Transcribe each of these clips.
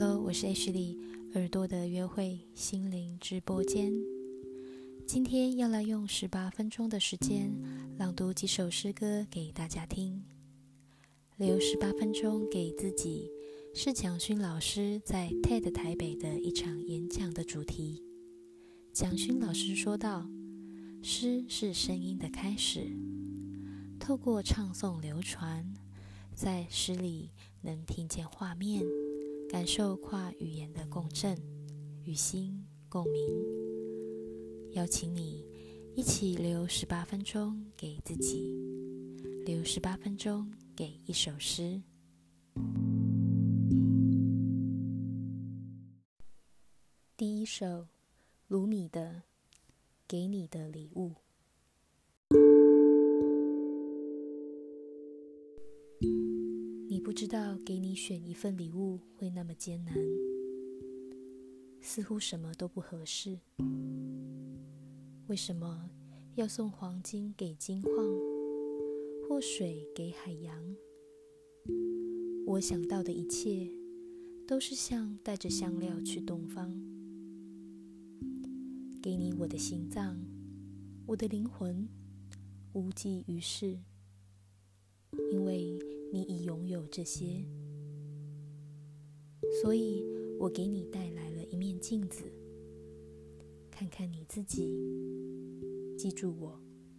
Hello， 我是 Ashley， 耳朵的约会心灵直播间。今天要来用18分钟的时间朗读几首诗歌给大家听。留18分钟给自己，是蒋勋老师在 TED 台北的一场演讲的主题。蒋勋老师说道，诗是声音的开始，透过唱诵流传，在诗里能听见画面，感受跨语言的共振，与心共鸣。邀请你一起留18分钟给自己，留18分钟给一首诗。第一首，卢米的《给你的礼物》。你不知道给你选一份礼物会那么艰难，似乎什么都不合适。为什么要送黄金给金矿，或水给海洋？我想到的一切都是像带着香料去东方。给你我的心脏，我的灵魂，无济于事，因为你已拥有这些，所以我给你带来了一面镜子，看看你自己，记住我。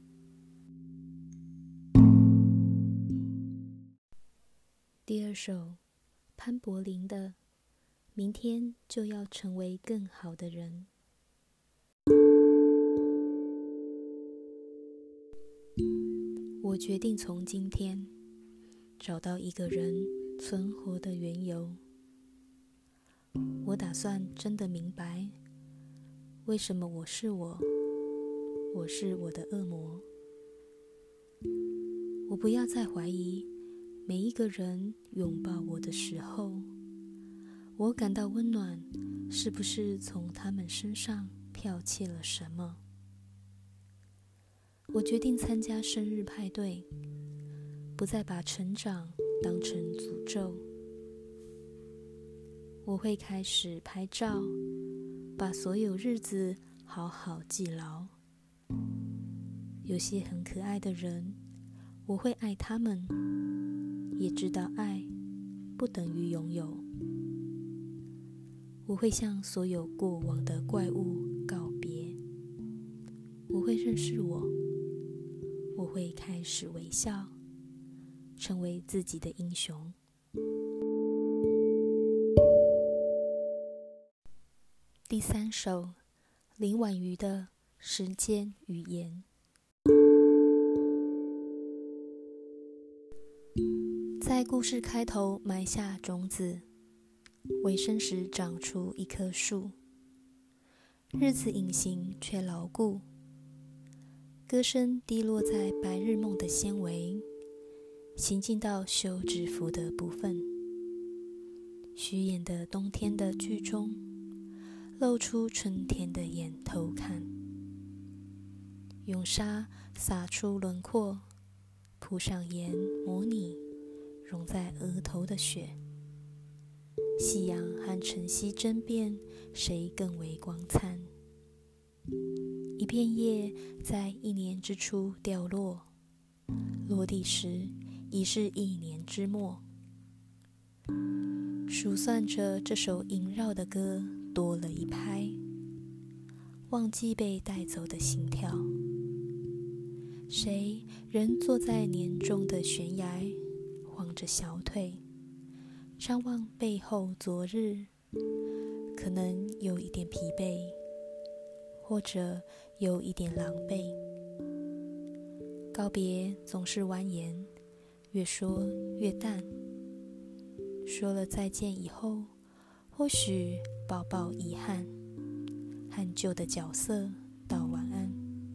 第二首，潘柏林的《明天就要成为更好的人》。我决定从今天找到一个人存活的缘由。我打算真的明白，为什么我是我，我是我的恶魔。我不要再怀疑每一个人拥抱我的时候，我感到温暖，是不是从他们身上剽窃了什么？我决定参加生日派对，不再把成长当成诅咒。我会开始拍照，把所有日子好好记牢。有些很可爱的人，我会爱他们，也知道爱不等于拥有。我会向所有过往的怪物告别。我会认识我，我会开始微笑，成为自己的英雄。第三首，林婉瑜的《时间语言》。在故事开头埋下种子，尾声时长出一棵树。日子隐形却牢固，歌声滴落在白日梦的纤维，行进到休止符的部分。虚演的冬天的剧中，露出春天的眼偷看。用沙撒出轮廓，铺上盐模拟融在额头的雪。夕阳和晨曦争辩，谁更为光灿？一片叶在一年之初掉落，落地时已是一年之末。数算着这首萦绕的歌多了一拍，忘记被带走的心跳。谁仍坐在年终的悬崖，晃着小腿，张望背后昨日，可能有一点疲惫，或者有一点狼狈。告别总是蜿蜒，越说越淡。说了再见以后，或许抱抱遗憾，和旧的角色道晚安。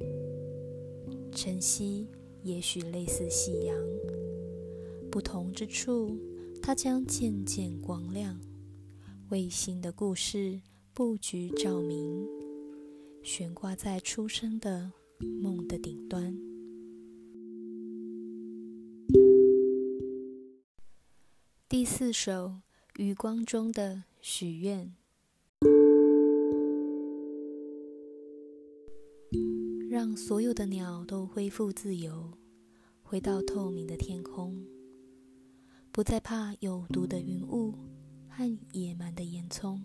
晨曦也许类似夕阳，不同之处，它将渐渐光亮，为新的故事布局照明，悬挂在出生的梦的顶端。第四首，余光中的许愿，让所有的鸟都恢复自由，回到透明的天空，不再怕有毒的云雾和野蛮的烟囱。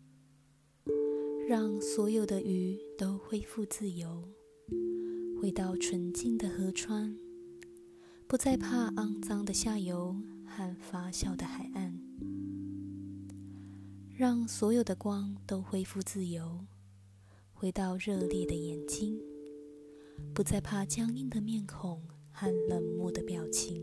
让所有的鱼都恢复自由，回到纯净的河川，不再怕肮脏的下游和发酵的海岸。让所有的光都恢复自由，回到热烈的眼睛，不再怕僵硬的面孔和冷漠的表情。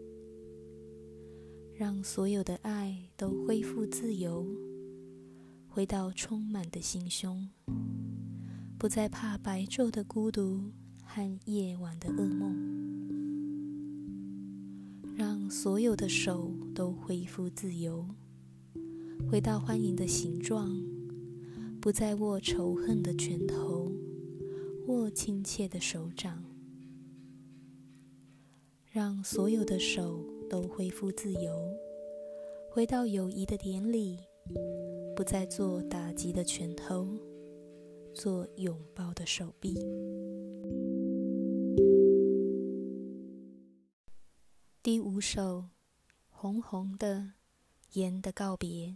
让所有的爱都恢复自由，回到充满的心胸，不再怕白昼的孤独和夜晚的噩梦。让所有的手都恢复自由，回到欢迎的形状，不再握仇恨的拳头，握亲切的手掌。让所有的手都恢复自由，回到友谊的典礼，不再做打击的拳头，做拥抱的手臂。第5首，红红的，盐的告别。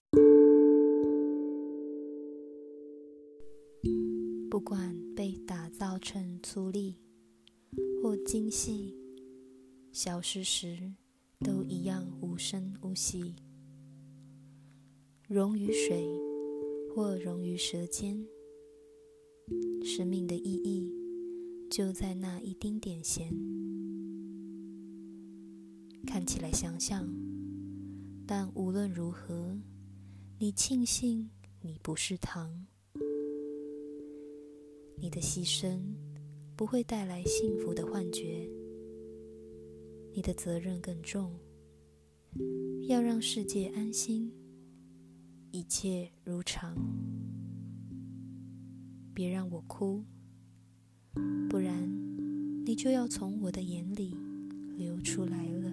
不管被打造成粗粝或精细，消失时都一样无声无息，溶于水或溶于舌尖。生命的意义就在那一丁点咸，看起来想象，但无论如何，你庆幸你不是糖。你的牺牲不会带来幸福的幻觉，你的责任更重，要让世界安心，一切如常。别让我哭，不然你就要从我的眼里流出来了。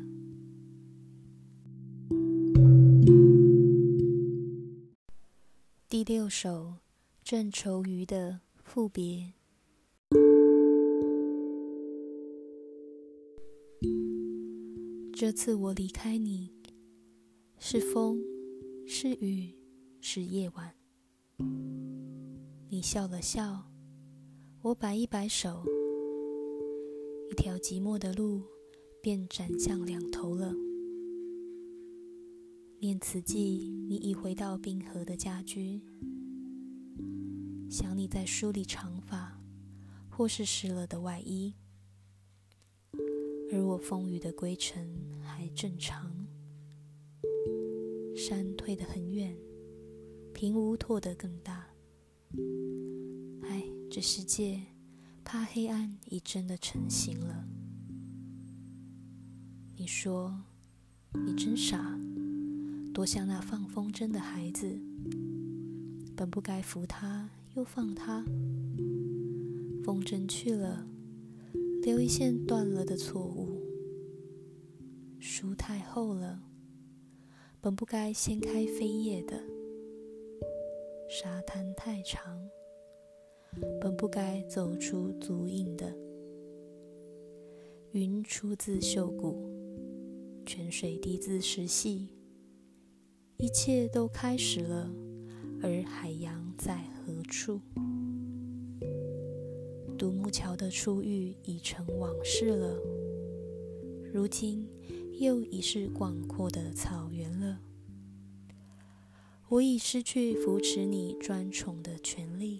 第6首，正愁余的赋别。这次我离开你，是风，是雨，是夜晚。你笑了笑，我摆一摆手，一条寂寞的路便展向两头了。念此际，你已回到冰河的家居，想你在梳理长发，或是湿了的外衣，而我风雨的归程还正常。山退得很远，平屋拓得更大。这世界怕黑暗已真的成型了。你说你真傻，多像那放风筝的孩子，本不该扶他又放他，风筝去了，留一线断了的错误。树太厚了，本不该掀开扉页的，沙滩太长，本不该走出足印的。云出自秀谷，泉水滴自石隙，一切都开始了，而海洋在何处？独木桥的初遇已成往事了，如今又已是广阔的草原了。我已失去扶持你专宠的权利。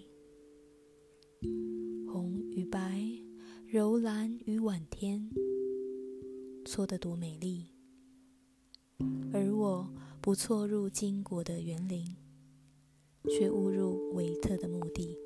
红与白，柔蓝与晚天，错得多美丽，而我不错入经国的园林，却误入维特的墓地。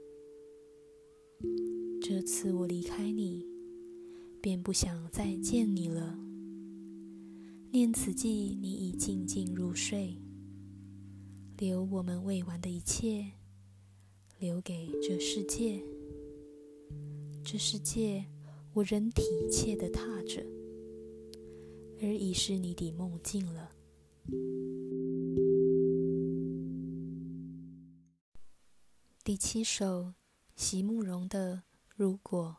这次我离开你，便不想再见你了。念此际，你已静静入睡，留我们未完的一切，留给这世界。这世界我仍体切地踏着，而已是你的梦境了。 第7首，席慕容的《如果》。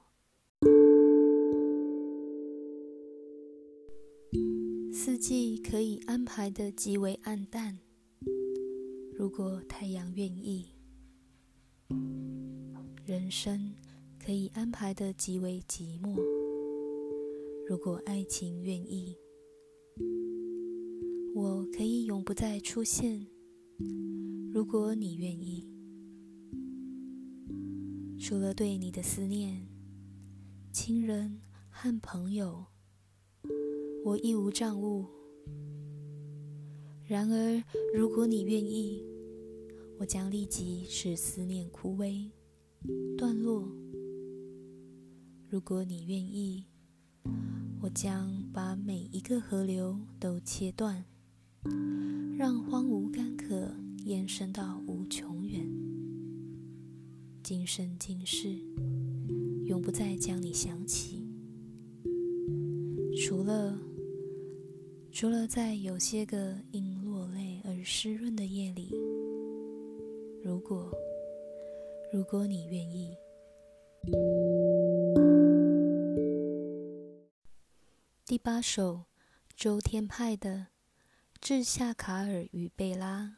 四季可以安排得极为暗淡，如果太阳愿意；人生可以安排得极为寂寞，如果爱情愿意。我可以永不再出现，如果你愿意。除了对你的思念，亲人和朋友，我一无障物。然而，如果你愿意，我将立即使思念枯萎、断落。如果你愿意，我将把每一个河流都切断，让荒芜干渴延伸到无穷远。今生今世，永不再将你想起。除了在有些个因落泪而湿润的夜里，如果你愿意。第8首，周天派的《致夏卡尔与贝拉》。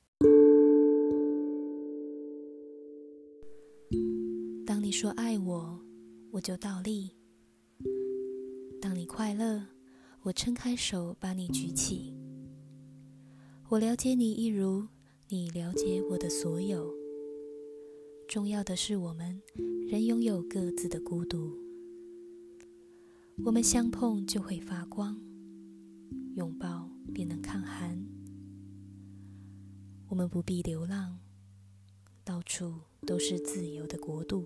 当你说爱我，我就倒立；当你快乐，我撑开手把你举起。我了解你一如你了解我的所有。重要的是我们仍拥有各自的孤独。我们相碰就会发光，拥抱便能抗寒。我们不必流浪，到处都是自由的国度。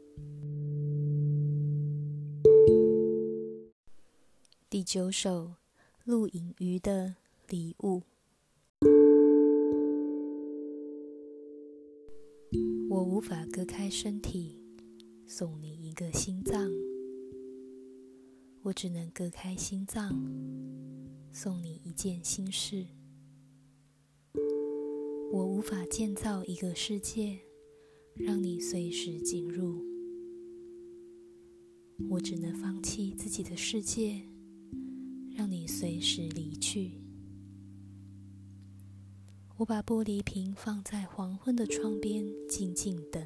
第9首，陆隐瑜的《礼物》。我无法割开身体，送你一个心脏。我只能割开心脏，送你一件心事。我无法建造一个世界，让你随时进入。我只能放弃自己的世界，让你随时离去。我把玻璃瓶放在黄昏的窗边，静静等。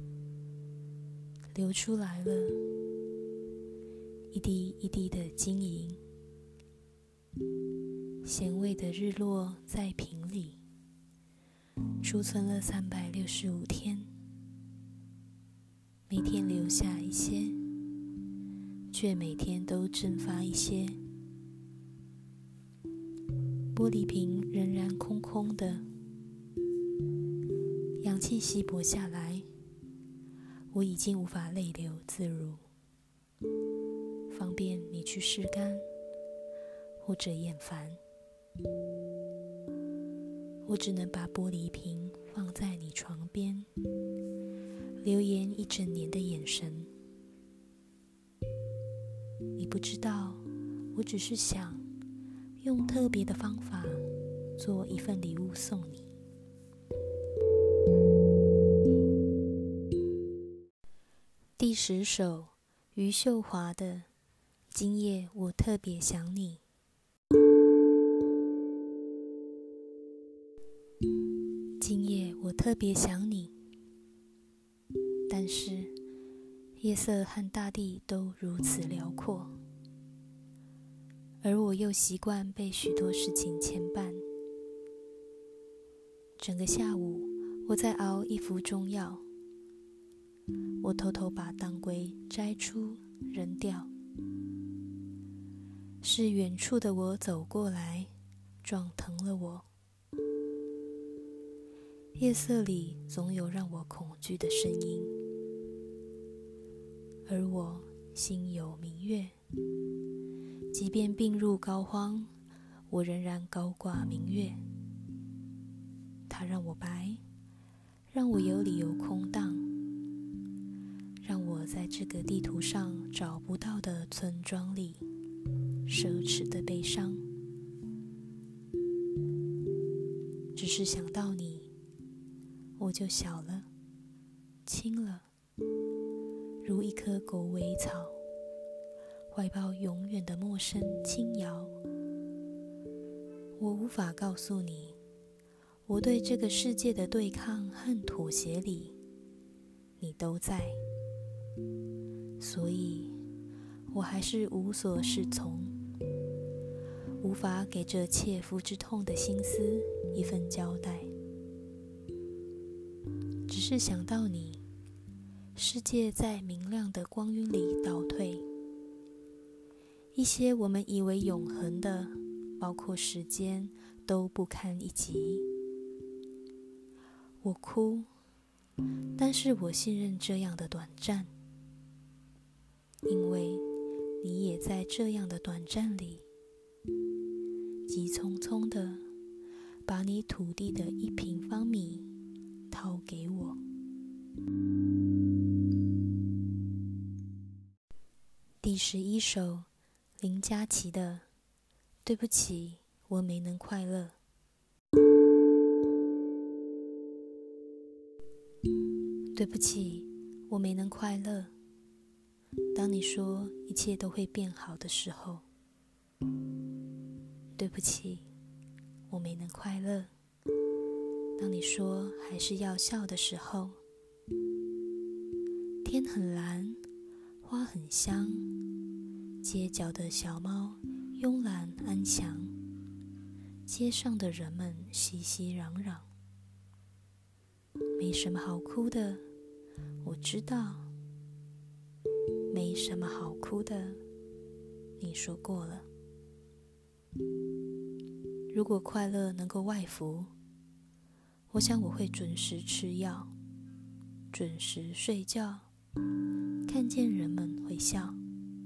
流出来了，一滴一滴的晶莹，咸味的日落在瓶里，储存了365天，每天留下一些，却每天都蒸发一些。玻璃瓶仍然空空的，氧气稀薄下来，我已经无法泪流自如，方便你去拭干或者厌烦。我只能把玻璃瓶放在你床边，流言一整年的眼神。你不知道，我只是想用特别的方法做一份礼物送你。第10首，余秀华的《今夜我特别想你》。今夜我特别想你，但是夜色和大地都如此辽阔，而我又习惯被许多事情牵绊。整个下午我在熬一服中药，我偷偷把当归摘出扔掉，是远处的我走过来撞疼了我。夜色里总有让我恐惧的声音，而我心有明月，即便病入膏肓，我仍然高挂明月。它让我白，让我有理由空荡，让我在这个地图上找不到的村庄里奢侈的悲伤。只是想到你，我就小了， 轻了，如一棵狗尾草，怀抱永远的陌生轻摇。我无法告诉你，我对这个世界的对抗和妥协里，你都在，所以我还是无所适从，无法给这切肤之痛的心思一份交代。只是想到你，世界在明亮的光晕里倒退，一些我们以为永恒的，包括时间，都不堪一击。我哭，但是我信任这样的短暂，因为你也在这样的短暂里，急匆匆地把你土地的1平方米掏给我。第11首，林嘉琪的《对不起，我没能快乐》。对不起，我没能快乐。当你说一切都会变好的时候，对不起，我没能快乐。当你说还是要笑的时候，天很蓝，花很香，街角的小猫慵懒安详，街上的人们熙熙攘攘。没什么好哭的，我知道，没什么好哭的，你说过了。如果快乐能够外服，我想我会准时吃药，准时睡觉，看见人们会笑。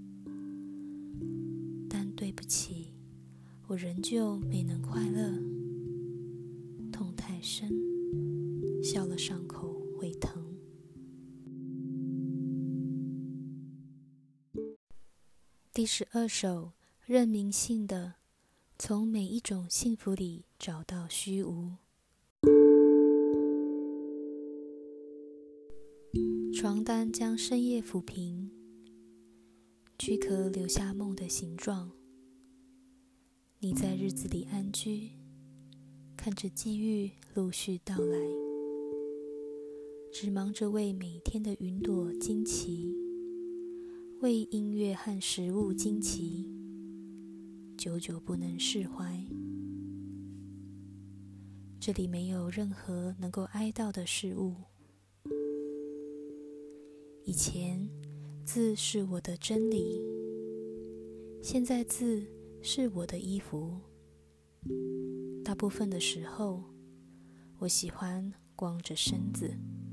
但对不起，我仍旧没能快乐，痛太深，笑了伤口会疼。第12首，任明信的《从每一种幸福里找到虚无》。床单将深夜抚平，躯壳留下梦的形状。你在日子里安居，看着机遇陆续到来，只忙着为每天的云朵惊奇，为音乐和食物惊奇，久久不能释怀。这里没有任何能够哀悼的事物。以前字是我的真理，现在字是我的衣服。大部分的时候，我喜欢光着身子。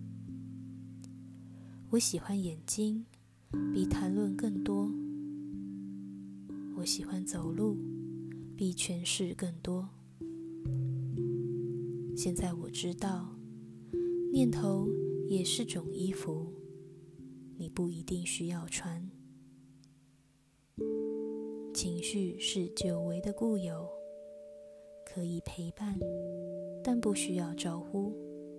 我喜欢眼睛，比谈论更多。我喜欢走路，比诠释更多。现在我知道，念头也是种衣服，你不一定需要穿。情绪是久违的故友，可以陪伴，但不需要招呼。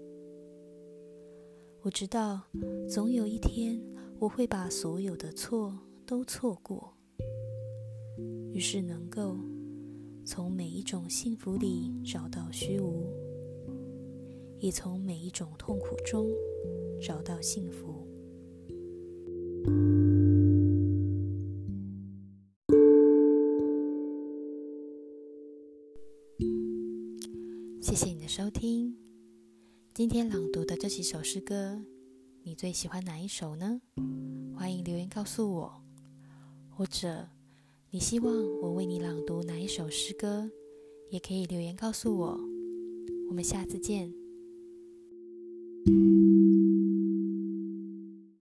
我知道，总有一天我会把所有的错都错过，于是能够从每一种幸福里找到虚无，也从每一种痛苦中找到幸福。谢谢你的收听。今天朗读的这几首诗歌，你最喜欢哪一首呢？欢迎留言告诉我，或者你希望我为你朗读哪一首诗歌，也可以留言告诉我。我们下次见。